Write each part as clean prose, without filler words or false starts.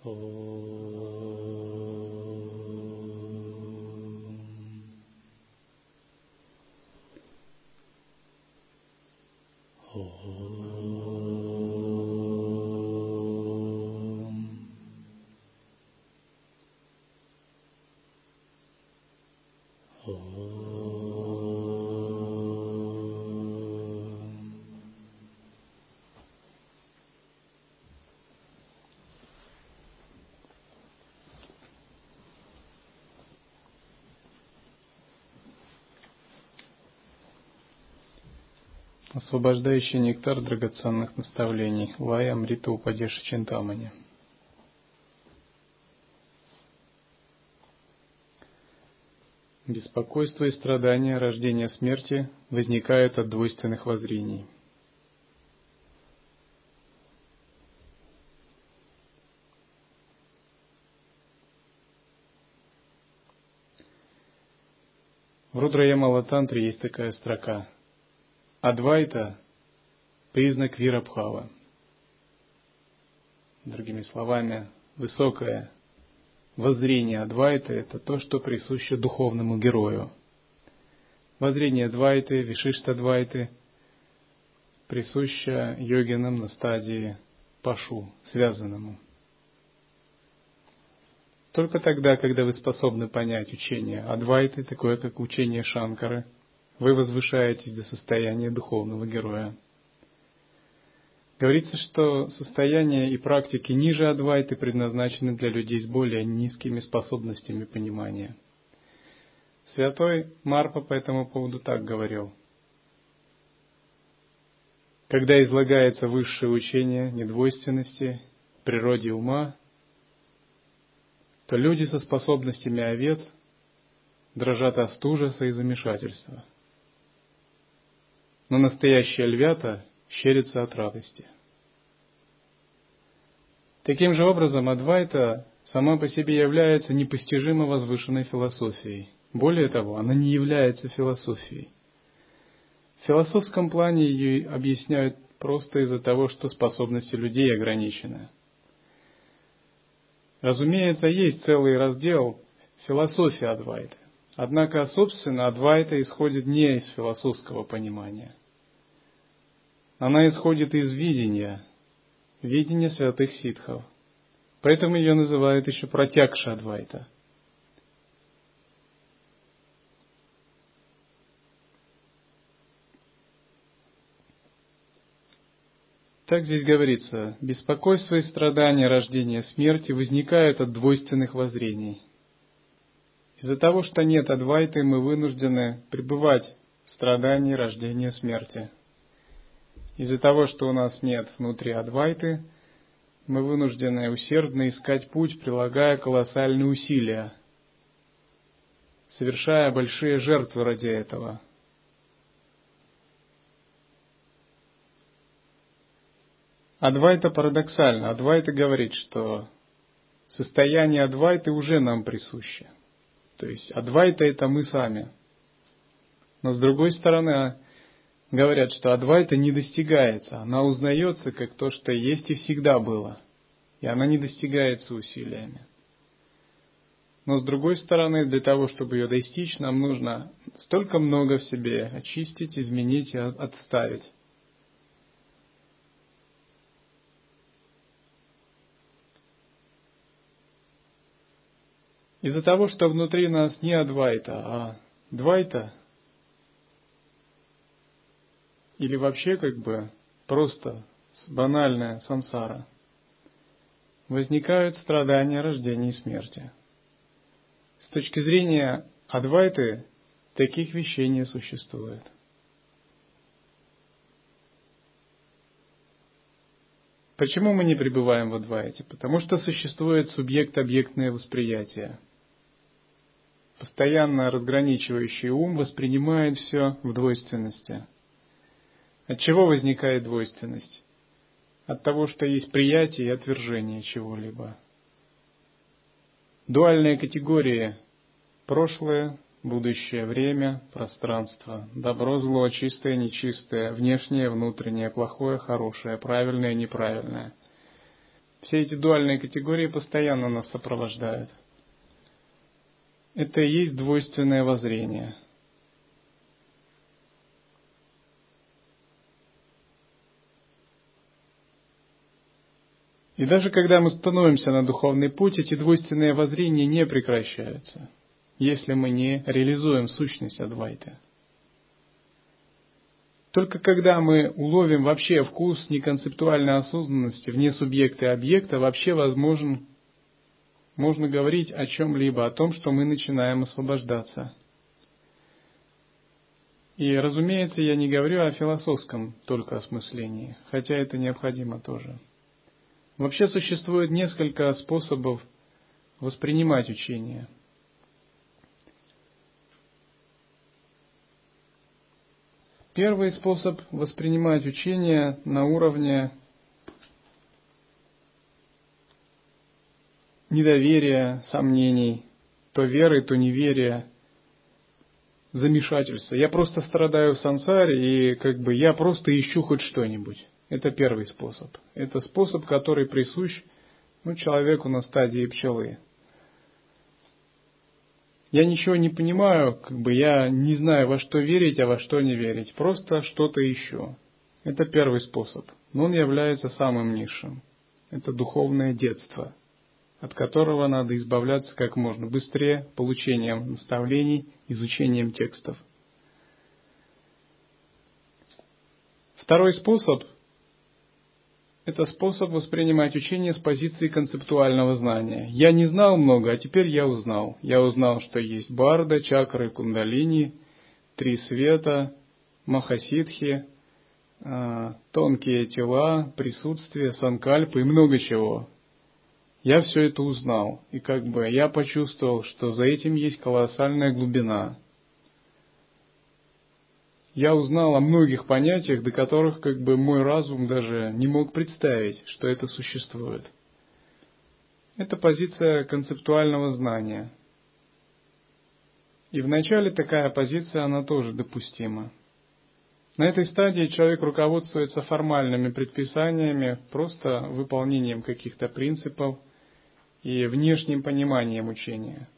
Освобождающий нектар драгоценных наставлений. Лая Амрита Упадеши Чинтамани. Беспокойство и страдания, рождение, смерти возникают от двойственных воззрений. В Рудра-Ямала-тантре есть такая строка: Адвайта – признак вирабхава. Другими словами, высокое воззрение Адвайты – это то, что присуще духовному герою. Воззрение Двайты, Вишишта-двайты присуще йогинам на стадии пашу, связанному. Только тогда, когда вы способны понять учение Адвайты, такое как учение Шанкары, вы возвышаетесь до состояния духовного героя. Говорится, что состояние и практики ниже Адвайты предназначены для людей с более низкими способностями понимания. Святой Марпа по этому поводу так говорил: когда излагается высшее учение недвойственности, природе ума, то люди со способностями овец дрожат от ужаса и замешательства. Но настоящие львята щерятся от радости. Таким же образом, Адвайта сама по себе является непостижимо возвышенной философией. Более того, она не является философией. В философском плане ее объясняют просто из-за того, что способности людей ограничены. Разумеется, есть целый раздел философии Адвайты. Однако, собственно, Адвайта исходит не из философского понимания. Она исходит из видения святых ситхов. Поэтому ее называют еще Пратьякша Адвайта. Так здесь говорится: беспокойство и страдания, рождения, смерти возникают от двойственных воззрений. Из-за того, что нет Адвайты, мы вынуждены пребывать в страдании, рождения, смерти. Из-за того, что у нас нет внутри Адвайты, мы вынуждены усердно искать путь, прилагая колоссальные усилия, совершая большие жертвы ради этого. Адвайта парадоксально. Адвайта говорит, что состояние Адвайты уже нам присуще. То есть Адвайта – это мы сами. Но с другой стороны, говорят, что Адвайта не достигается. Она узнается как то, что есть и всегда было. И она не достигается усилиями. Но с другой стороны, для того, чтобы ее достичь, нам нужно столько много в себе очистить, изменить и отставить. Из-за того, что внутри нас не Адвайта, а Двайта, или вообще просто банальная сансара, возникают страдания, рождения и смерти. С точки зрения Адвайты таких вещей не существует. Почему мы не пребываем в Адвайте? Потому что существует субъект-объектное восприятие. Постоянно разграничивающий ум воспринимает все в двойственности. От чего возникает двойственность? От того, что есть приятие и отвержение чего-либо. Дуальные категории: прошлое, будущее, время, пространство, добро, зло, чистое, нечистое, внешнее, внутреннее, плохое, хорошее, правильное, неправильное. Все эти дуальные категории постоянно нас сопровождают. Это и есть двойственное воззрение. И даже когда мы становимся на духовный путь, эти двойственные воззрения не прекращаются, если мы не реализуем сущность Адвайты. Только когда мы уловим вообще вкус неконцептуальной осознанности вне субъекта и объекта, вообще можно говорить о чем-либо, о том, что мы начинаем освобождаться. И, разумеется, я не говорю о философском только осмыслении, хотя это необходимо тоже. Вообще существует несколько способов воспринимать учение. Первый способ воспринимать учение на уровне недоверия, сомнений, то веры, то неверия, замешательства. Я просто страдаю в сансаре, и я просто ищу хоть что-нибудь. Это первый способ. Это способ, который присущ человеку на стадии пчелы. Я ничего не понимаю, я не знаю, во что верить, а во что не верить. Просто что-то ищу. Это первый способ. Но он является самым низшим. Это духовное детство, от которого надо избавляться как можно быстрее, получением наставлений, изучением текстов. Второй способ – это способ воспринимать учение с позиции концептуального знания. Я не знал много, а теперь я узнал. Я узнал, что есть барда, чакры, кундалини, три света, махасидхи, тонкие тела, присутствие, санкальпы и много чего. Я все это узнал, и я почувствовал, что за этим есть колоссальная глубина. Я узнал о многих понятиях, до которых мой разум даже не мог представить, что это существует. Это позиция концептуального знания. И вначале такая позиция, она тоже допустима. На этой стадии человек руководствуется формальными предписаниями, просто выполнением каких-то принципов и внешним пониманием учения.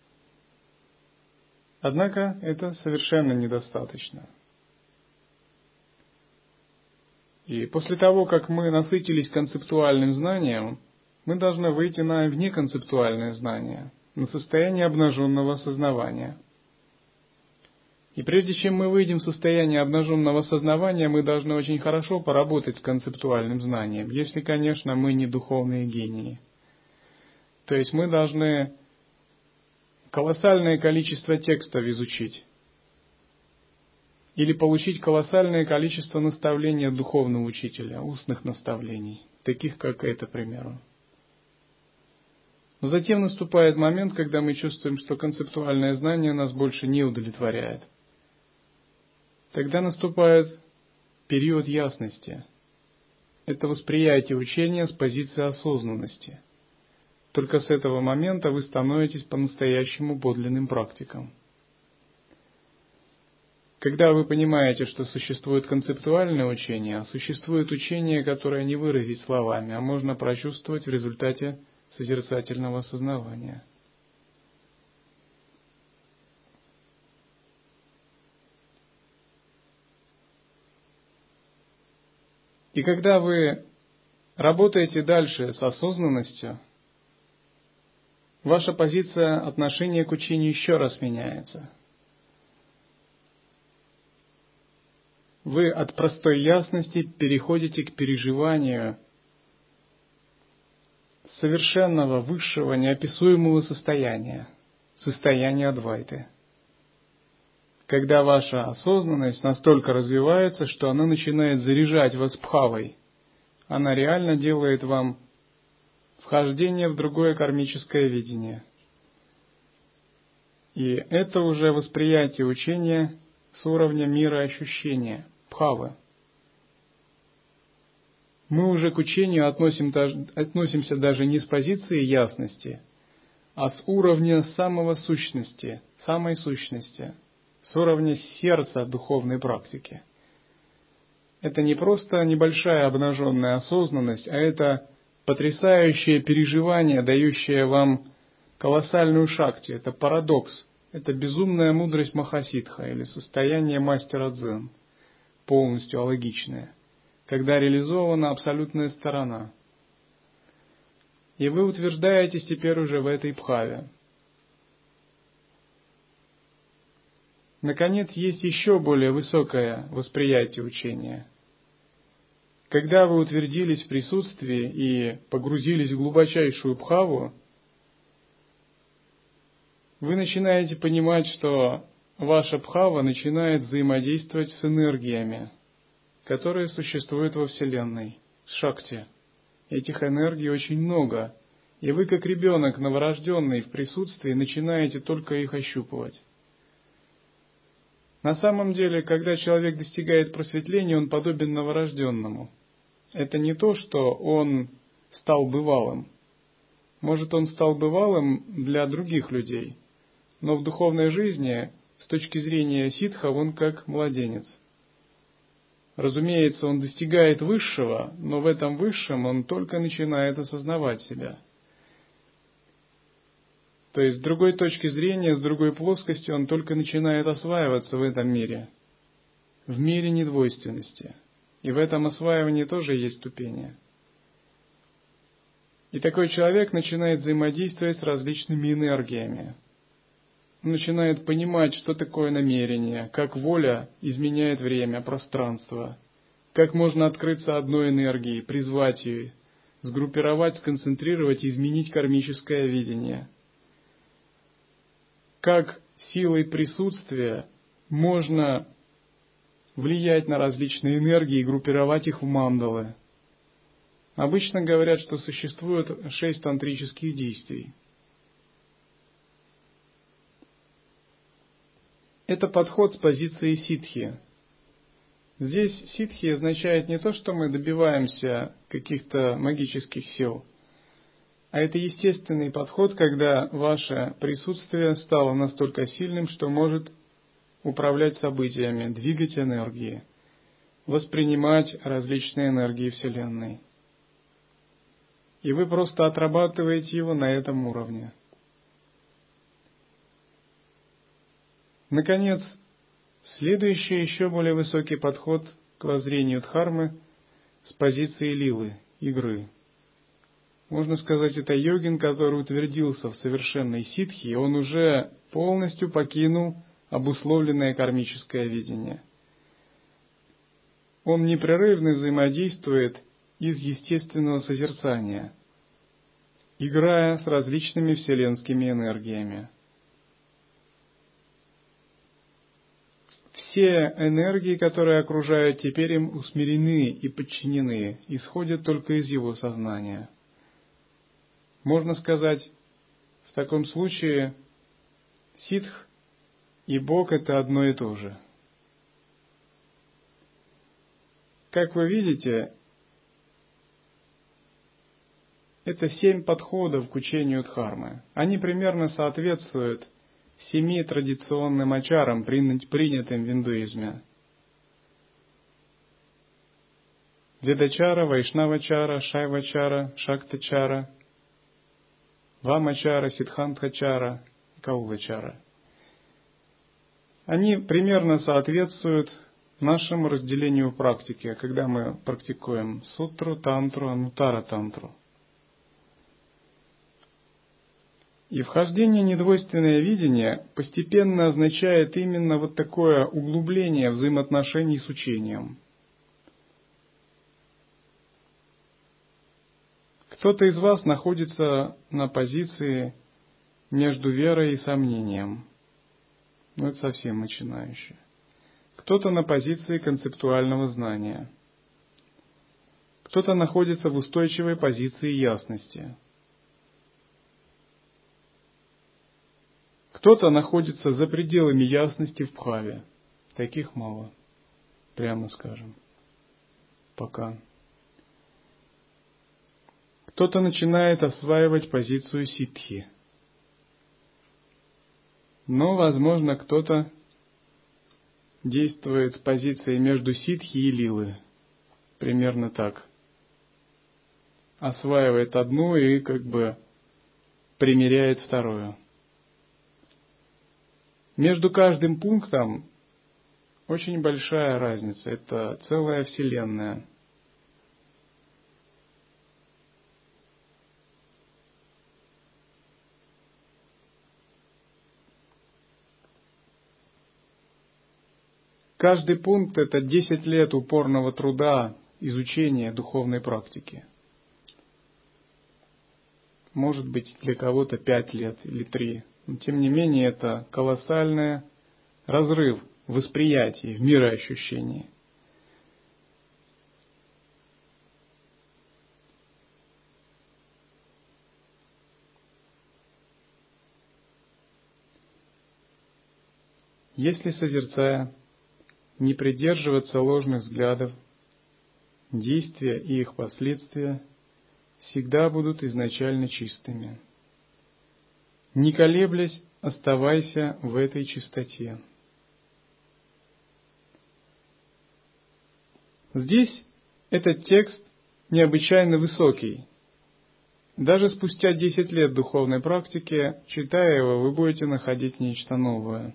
Однако это совершенно недостаточно. И после того, как мы насытились концептуальным знанием, мы должны выйти на внеконцептуальное знание, на состояние обнаженного сознавания. И прежде чем мы выйдем в состояние обнаженного сознавания, мы должны очень хорошо поработать с концептуальным знанием, если, конечно, мы не духовные гении. То есть мы должны колоссальное количество текстов изучить или получить колоссальное количество наставлений от духовного учителя, устных наставлений, таких как это, к примеру. Но затем наступает момент, когда мы чувствуем, что концептуальное знание нас больше не удовлетворяет. Тогда наступает период ясности. Это восприятие учения с позиции осознанности. Только с этого момента вы становитесь по-настоящему подлинным практиком. Когда вы понимаете, что существует концептуальное учение, а существует учение, которое не выразить словами, а можно прочувствовать в результате созерцательного осознавания. И когда вы работаете дальше с осознанностью, ваша позиция отношения к учению еще раз меняется. Вы от простой ясности переходите к переживанию совершенного, высшего, неописуемого состояния Адвайты. Когда ваша осознанность настолько развивается, что она начинает заряжать вас бхавой, она реально делает вам вхождение в другое кармическое видение. И это уже восприятие учения с уровня мира ощущения, бхавы. Мы уже к учению относимся даже не с позиции ясности, а с уровня самой сущности, с уровня сердца духовной практики. Это не просто небольшая обнаженная осознанность, а это потрясающее переживание, дающее вам колоссальную шакти. Это парадокс. Это безумная мудрость Махасидха или состояние мастера дзен, полностью алогичное, когда реализована абсолютная сторона. И вы утверждаетесь теперь уже в этой бхаве. Наконец, есть еще более высокое восприятие учения. Когда вы утвердились в присутствии и погрузились в глубочайшую бхаву, вы начинаете понимать, что ваша бхава начинает взаимодействовать с энергиями, которые существуют во Вселенной, с шакти. Этих энергий очень много, и вы, как ребенок новорожденный в присутствии, начинаете только их ощупывать. На самом деле, когда человек достигает просветления, он подобен новорожденному. Это не то, что он стал бывалым. Может, он стал бывалым для других людей, но в духовной жизни, с точки зрения ситха, он как младенец. Разумеется, он достигает высшего, но в этом высшем он только начинает осознавать себя. То есть, с другой точки зрения, с другой плоскости, он только начинает осваиваться в этом мире, в мире недвойственности. И в этом осваивании тоже есть ступени. И такой человек начинает взаимодействовать с различными энергиями. Он начинает понимать, что такое намерение, как воля изменяет время, пространство, как можно открыться одной энергии, призвать ее, сгруппировать, сконцентрировать и изменить кармическое видение. Как силой присутствия можно влиять на различные энергии и группировать их в мандалы. Обычно говорят, что существует 6 тантрических действий. Это подход с позиции ситхи. Здесь ситхи означает не то, что мы добиваемся каких-то магических сил, а это естественный подход, когда ваше присутствие стало настолько сильным, что может управлять событиями, двигать энергии, воспринимать различные энергии Вселенной. И вы просто отрабатываете его на этом уровне. Наконец, следующий еще более высокий подход к воззрению дхармы с позиции лилы, игры. Можно сказать, это йогин, который утвердился в совершенной ситхи, и он уже полностью покинул обусловленное кармическое видение. Он непрерывно взаимодействует из естественного созерцания, играя с различными вселенскими энергиями. Все энергии, которые окружают, теперь им усмирены и подчинены, исходят только из его сознания. Можно сказать, в таком случае ситх и Бог – это одно и то же. Как вы видите, это 7 подходов к учению дхармы. Они примерно соответствуют 7 традиционным ачарам, принятым в индуизме. Ведачара, Вайшнавачара, Шайвачара, Шактачара, Вамачара, Сиддхантхачара, Каулачара. Они примерно соответствуют нашему разделению практики, когда мы практикуем сутру, тантру, анутара-тантру. И вхождение в недвойственное видение постепенно означает именно вот такое углубление взаимоотношений с учением. Кто-то из вас находится на позиции между верой и сомнением. Но это совсем начинающий. Кто-то на позиции концептуального знания. Кто-то находится в устойчивой позиции ясности. Кто-то находится за пределами ясности в бхаве. Таких мало, прямо скажем. Пока. Кто-то начинает осваивать позицию ситхи. Но, возможно, кто-то действует с позицией между ситхи и лилы. Примерно так. осваивает одну и как бы примеряет вторую. Между каждым пунктом очень большая разница. Это целая вселенная. Каждый пункт – это 10 лет упорного труда, изучения духовной практики. Может быть, для кого-то 5 лет или 3. Но, тем не менее, это колоссальный разрыв в восприятии, в мироощущении. Если, созерцая, не придерживаться ложных взглядов, действия и их последствия всегда будут изначально чистыми. Не колеблясь, оставайся в этой чистоте. Здесь этот текст необычайно высокий. Даже спустя 10 лет духовной практики, читая его, вы будете находить нечто новое.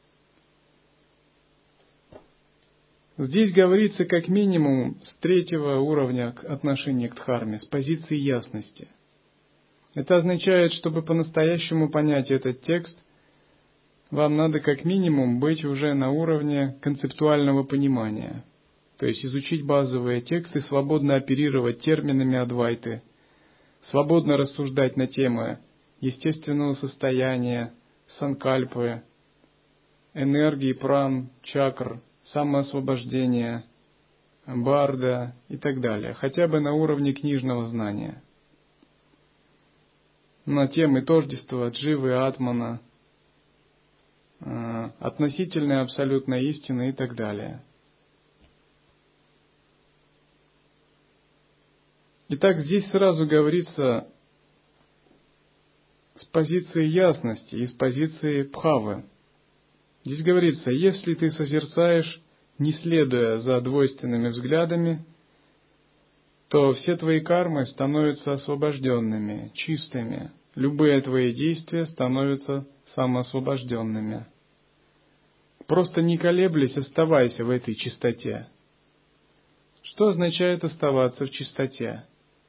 Здесь говорится как минимум с 3-го уровня отношения к дхарме, с позиции ясности. Это означает, чтобы по-настоящему понять этот текст, вам надо как минимум быть уже на уровне концептуального понимания. То есть изучить базовые тексты, свободно оперировать терминами Адвайты, свободно рассуждать на темы естественного состояния, санкальпы, энергии, пран, чакр, самоосвобождения, барда и так далее, хотя бы на уровне книжного знания. На темы тождества, дживы, атмана, относительной абсолютной истины и так далее. Итак, здесь сразу говорится с позиции ясности и с позиции бхавы. Здесь говорится, если ты созерцаешь, не следуя за двойственными взглядами, то все твои кармы становятся освобожденными, чистыми. Любые твои действия становятся самоосвобожденными. Просто не колеблясь, оставайся в этой чистоте. Что означает оставаться в чистоте?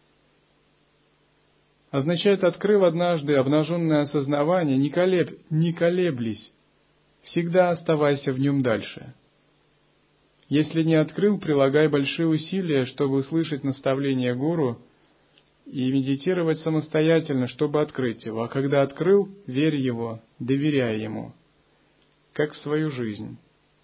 Означает, открыв однажды обнаженное осознавание, не колеблись, всегда оставайся в нем дальше. Если не открыл, прилагай большие усилия, чтобы услышать наставление гуру и медитировать самостоятельно, чтобы открыть его. А когда открыл, верь его, доверяй ему, как в свою жизнь.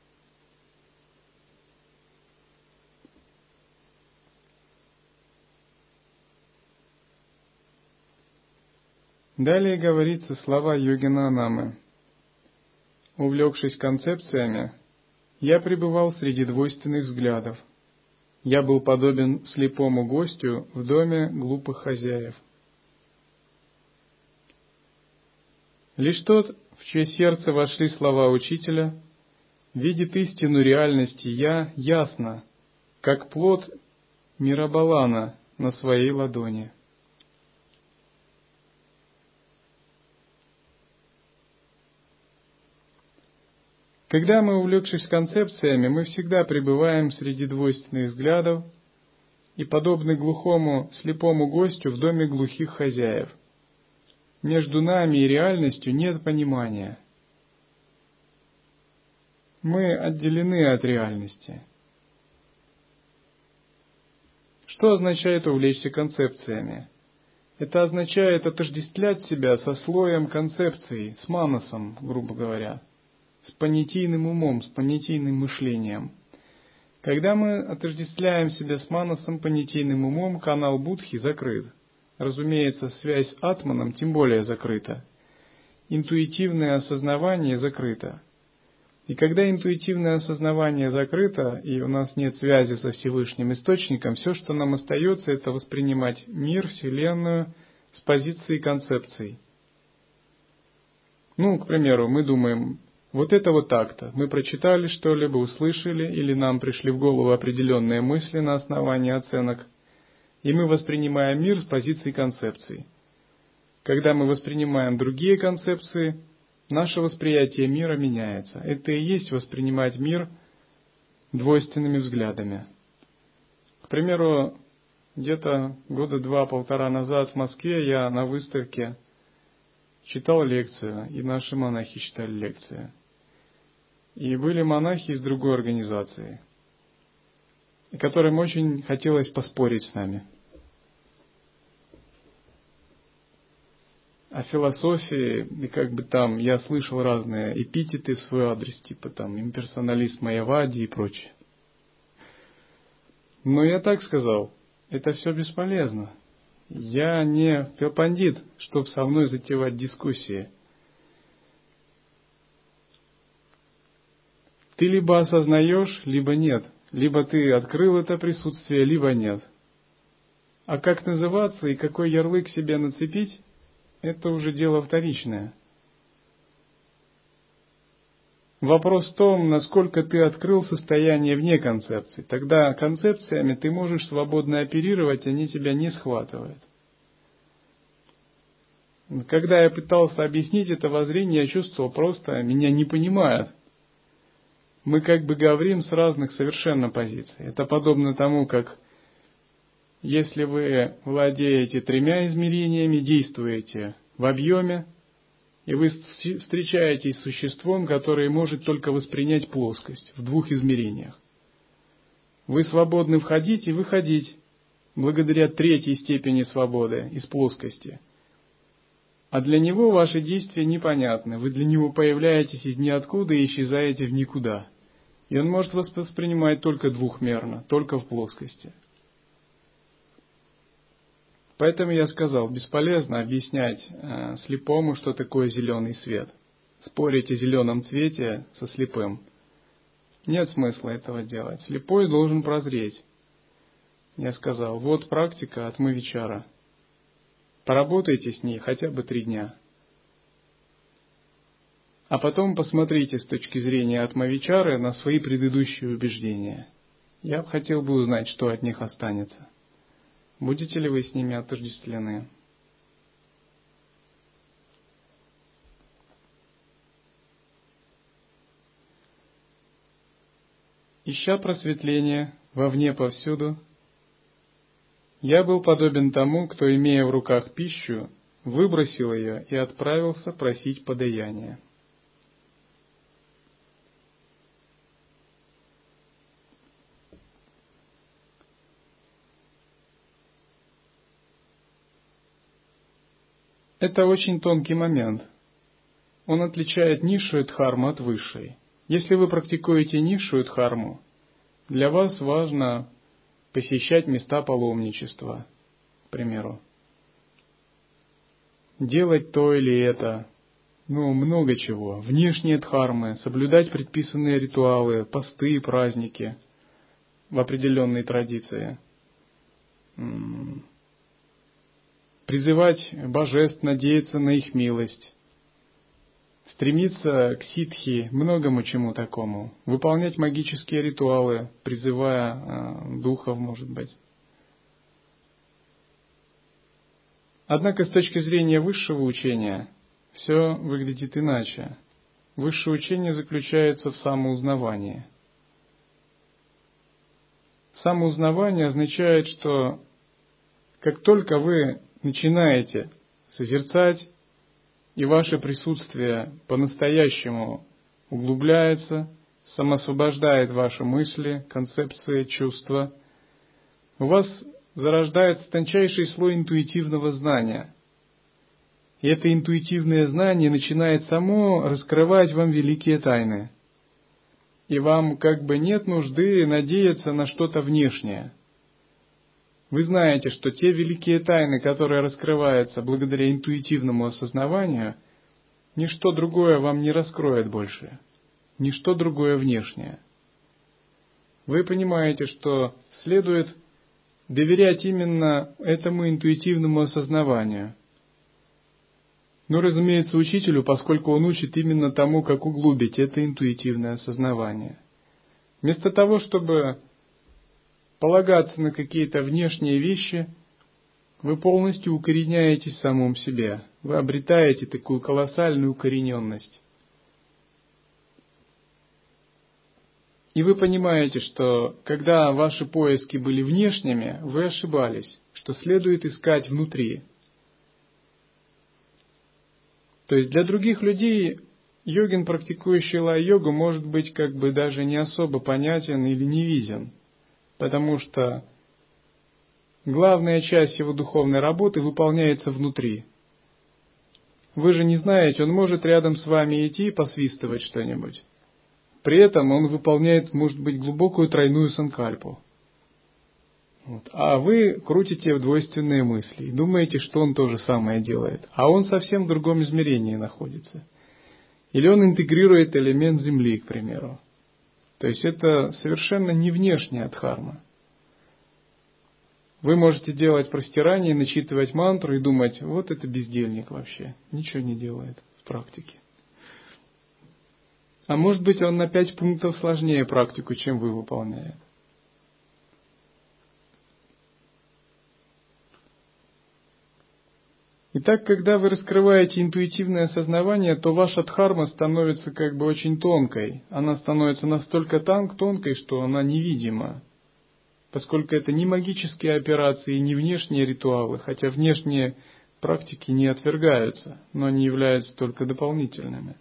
Далее говорится слова Йогина Анамы. Увлекшись концепциями, я пребывал среди двойственных взглядов. Я был подобен слепому гостю в доме глупых хозяев. Лишь тот, в чье сердце вошли слова учителя, видит истину реальности «я» ясно, как плод мирабалана на своей ладони. Когда мы, увлекшись концепциями, мы всегда пребываем среди двойственных взглядов и подобны глухому, слепому гостю в доме глухих хозяев. Между нами и реальностью нет понимания. Мы отделены от реальности. Что означает увлечься концепциями? Это означает отождествлять себя со слоем концепций, с манасом, грубо говоря, с понятийным умом, с понятийным мышлением. Когда мы отождествляем себя с манасом, понятийным умом, канал Будхи закрыт. Разумеется, связь с атманом тем более закрыта. Интуитивное осознавание закрыто. И когда интуитивное осознавание закрыто, и у нас нет связи со Всевышним Источником, все, что нам остается, это воспринимать мир, Вселенную с позиции концепций. К примеру, мы думаем, вот это вот так-то. Мы прочитали что-либо, услышали, или нам пришли в голову определенные мысли на основании оценок. и мы воспринимаем мир с позиции концепций. Когда мы воспринимаем другие концепции, наше восприятие мира меняется. Это и есть воспринимать мир двойственными взглядами. К примеру, где-то года 2-1,5 назад в Москве я на выставке читал лекцию, и наши монахи читали лекции. И были монахи из другой организации, которым очень хотелось поспорить с нами о философии, и как бы там я слышал разные эпитеты в свой адрес, типа там имперсоналист Майявади и прочее. Но я так сказал, это все бесполезно. Я не пандит, чтобы со мной затевать дискуссии. Ты либо осознаешь, либо нет. Либо ты открыл это присутствие, либо нет. А как называться и какой ярлык себе нацепить, это уже дело вторичное. Вопрос в том, насколько ты открыл состояние вне концепции. Тогда концепциями ты можешь свободно оперировать, они тебя не схватывают. Когда я пытался объяснить это воззрение, я чувствовал просто, меня не понимают. Мы как бы говорим с разных совершенно позиций. Это подобно тому, как если вы владеете 3 измерениями, действуете в объеме, и вы встречаетесь с существом, которое может только воспринять плоскость в 2 измерениях. Вы свободны входить и выходить, благодаря 3 степени свободы из плоскости. А для него ваши действия непонятны. Вы для него появляетесь из ниоткуда и исчезаете в никуда. И он может вас воспринимать только двухмерно, только в плоскости. Поэтому я сказал, бесполезно объяснять слепому, что такое зеленый свет. Спорить о зеленом цвете со слепым. Нет смысла этого делать. Слепой должен прозреть. Я сказал, вот практика Атмавичара. Поработайте с ней хотя бы 3 дня. А потом посмотрите с точки зрения Атмавичары на свои предыдущие убеждения. Я хотел бы узнать, что от них останется. Будете ли вы с ними отождествлены? Ища просветление вовне повсюду, я был подобен тому, кто, имея в руках пищу, выбросил ее и отправился просить подаяния. Это очень тонкий момент. Он отличает низшую дхарму от высшей. Если вы практикуете низшую дхарму, для вас важно посещать места паломничества, к примеру. Делать то или это, много чего. Внешние дхармы, соблюдать предписанные ритуалы, посты и праздники в определенной традиции. Призывать божеств, надеяться на их милость. Стремиться к ситхи, многому чему такому. Выполнять магические ритуалы, призывая духов, может быть. Однако с точки зрения высшего учения все выглядит иначе. Высшее учение заключается в самоузнавании. Самоузнавание означает, что как только вы начинаете созерцать, и ваше присутствие по-настоящему углубляется, самоосвобождает ваши мысли, концепции, чувства, у вас зарождается тончайший слой интуитивного знания. И это интуитивное знание начинает само раскрывать вам великие тайны. И вам как бы нет нужды надеяться на что-то внешнее. Вы знаете, что те великие тайны, которые раскрываются благодаря интуитивному осознаванию, ничто другое вам не раскроет больше, ничто другое внешнее. Вы понимаете, что следует доверять именно этому интуитивному осознаванию. Разумеется, учителю, поскольку он учит именно тому, как углубить это интуитивное осознавание. Вместо того, чтобы полагаться на какие-то внешние вещи, вы полностью укореняетесь в самом себе. Вы обретаете такую колоссальную укорененность. И вы понимаете, что когда ваши поиски были внешними, вы ошибались, что следует искать внутри. То есть для других людей йогин, практикующий лай-йогу, может быть как бы даже не особо понятен или не виден, потому что главная часть его духовной работы выполняется внутри. Вы же не знаете, он может рядом с вами идти и посвистывать что-нибудь. При этом он выполняет, может быть, глубокую тройную санкальпу. А вы крутите в двойственные мысли и думаете, что он то же самое делает. А он совсем в другом измерении находится. Или он интегрирует элемент Земли, к примеру. То есть это совершенно не внешняя дхарма. Вы можете делать простирание, начитывать мантру и думать, вот это бездельник вообще, ничего не делает в практике. А может быть, он на 5 пунктов сложнее практику, чем вы выполняете. Итак, когда вы раскрываете интуитивное сознание, то ваша дхарма становится как бы очень тонкой. Она становится настолько тонкой, что она невидима. Поскольку это не магические операции, не внешние ритуалы, хотя внешние практики не отвергаются, но они являются только дополнительными.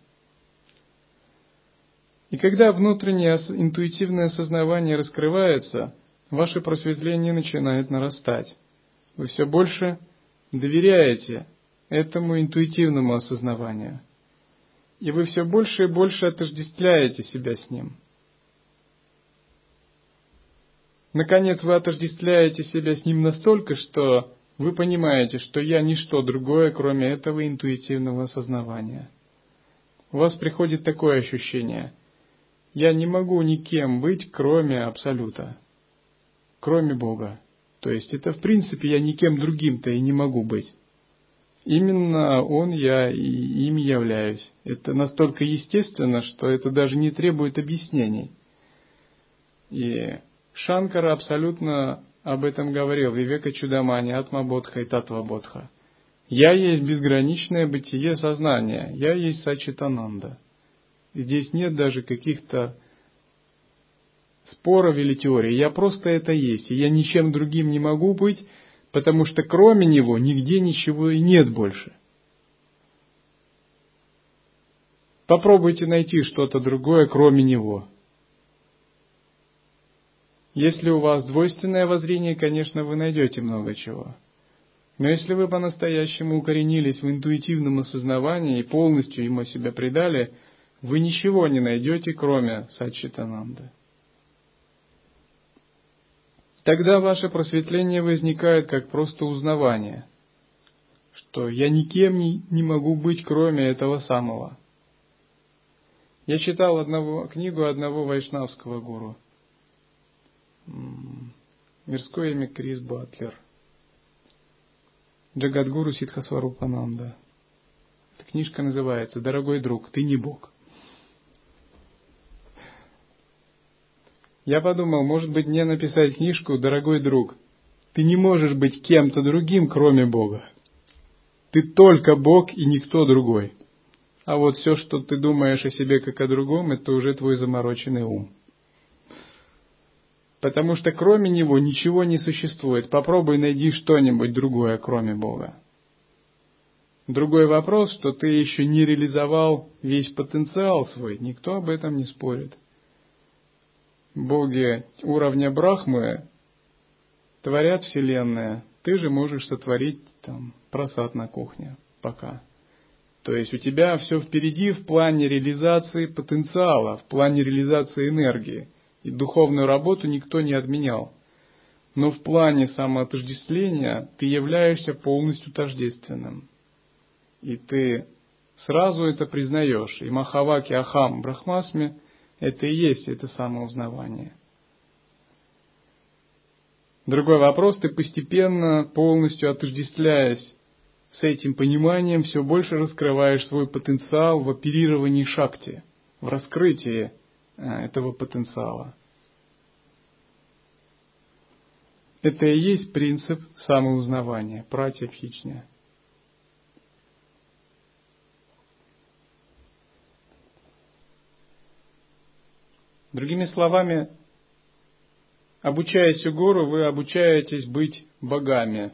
И когда внутреннее интуитивное сознание раскрывается, ваше просветление начинает нарастать. Вы все больше доверяете этому интуитивному осознаванию. И вы все больше и больше отождествляете себя с ним. Наконец, вы отождествляете себя с ним настолько, что вы понимаете, что я ничто другое, кроме этого интуитивного осознавания. У вас приходит такое ощущение: я не могу никем быть, кроме Абсолюта, кроме Бога. То есть это в принципе я никем другим-то и не могу быть. Именно Он я и им являюсь. Это настолько естественно, что это даже не требует объяснений. И Шанкара абсолютно об этом говорил, Вивека Чудамани, Атма-бодха и Татва-бодха. Я есть безграничное бытие сознания, я есть Сачитананда. Здесь нет даже каких-то споров или теорий, я просто это есть, и я ничем другим не могу быть, потому что кроме Него нигде ничего и нет больше. Попробуйте найти что-то другое, кроме Него. Если у вас двойственное воззрение, конечно, вы найдете много чего. Но если вы по-настоящему укоренились в интуитивном осознавании и полностью ему себя предали, вы ничего не найдете, кроме Саччитананды. Тогда ваше просветление возникает как просто узнавание, что я никем не могу быть, кроме этого самого. Я читал книгу одного вайшнавского гуру. Мирское имя Крис Батлер. Джагадгуру Сиддхасварупананда. Эта книжка называется «Дорогой друг, ты не Бог». Я подумал, может быть, мне написать книжку «Дорогой друг, ты не можешь быть кем-то другим, кроме Бога. Ты только Бог и никто другой. А вот все, что ты думаешь о себе как о другом, это уже твой замороченный ум. Потому что кроме Него ничего не существует. Попробуй найди что-нибудь другое, кроме Бога. Другой вопрос, что ты еще не реализовал весь потенциал свой. Никто об этом не спорит. Боги уровня Брахмы творят вселенную. Ты же можешь сотворить там просад на кухне пока. То есть у тебя все впереди в плане реализации потенциала, в плане реализации энергии. И духовную работу никто не отменял. Но в плане самоотождествления ты являешься полностью тождественным. И ты сразу это признаешь. И Махаваки Ахам Брахмасме это и есть это самоузнавание. Другой вопрос, ты постепенно, полностью отождествляясь с этим пониманием, все больше раскрываешь свой потенциал в оперировании шакти, в раскрытии этого потенциала. Это и есть принцип самоузнавания, пратьябхичня. Другими словами, обучаясь у гуру, вы обучаетесь быть богами.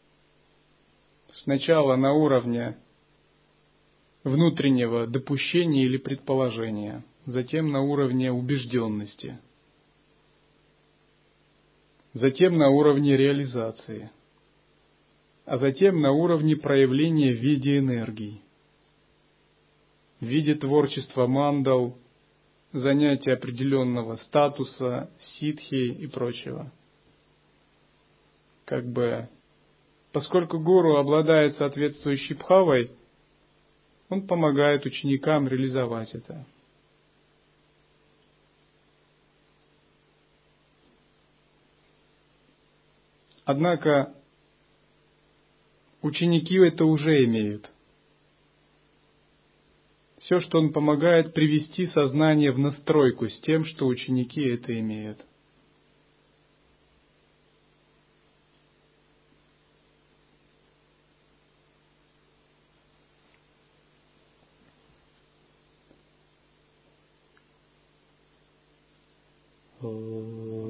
Сначала на уровне внутреннего допущения или предположения, затем на уровне убежденности, затем на уровне реализации, а затем на уровне проявления в виде энергии, в виде творчества мандал, занятия определенного статуса, ситхи и прочего. Поскольку гуру обладает соответствующей бхавой, он помогает ученикам реализовать это. Однако ученики это уже имеют. Все, что он помогает, привести сознание в настройку с тем, что ученики это имеют. Oh.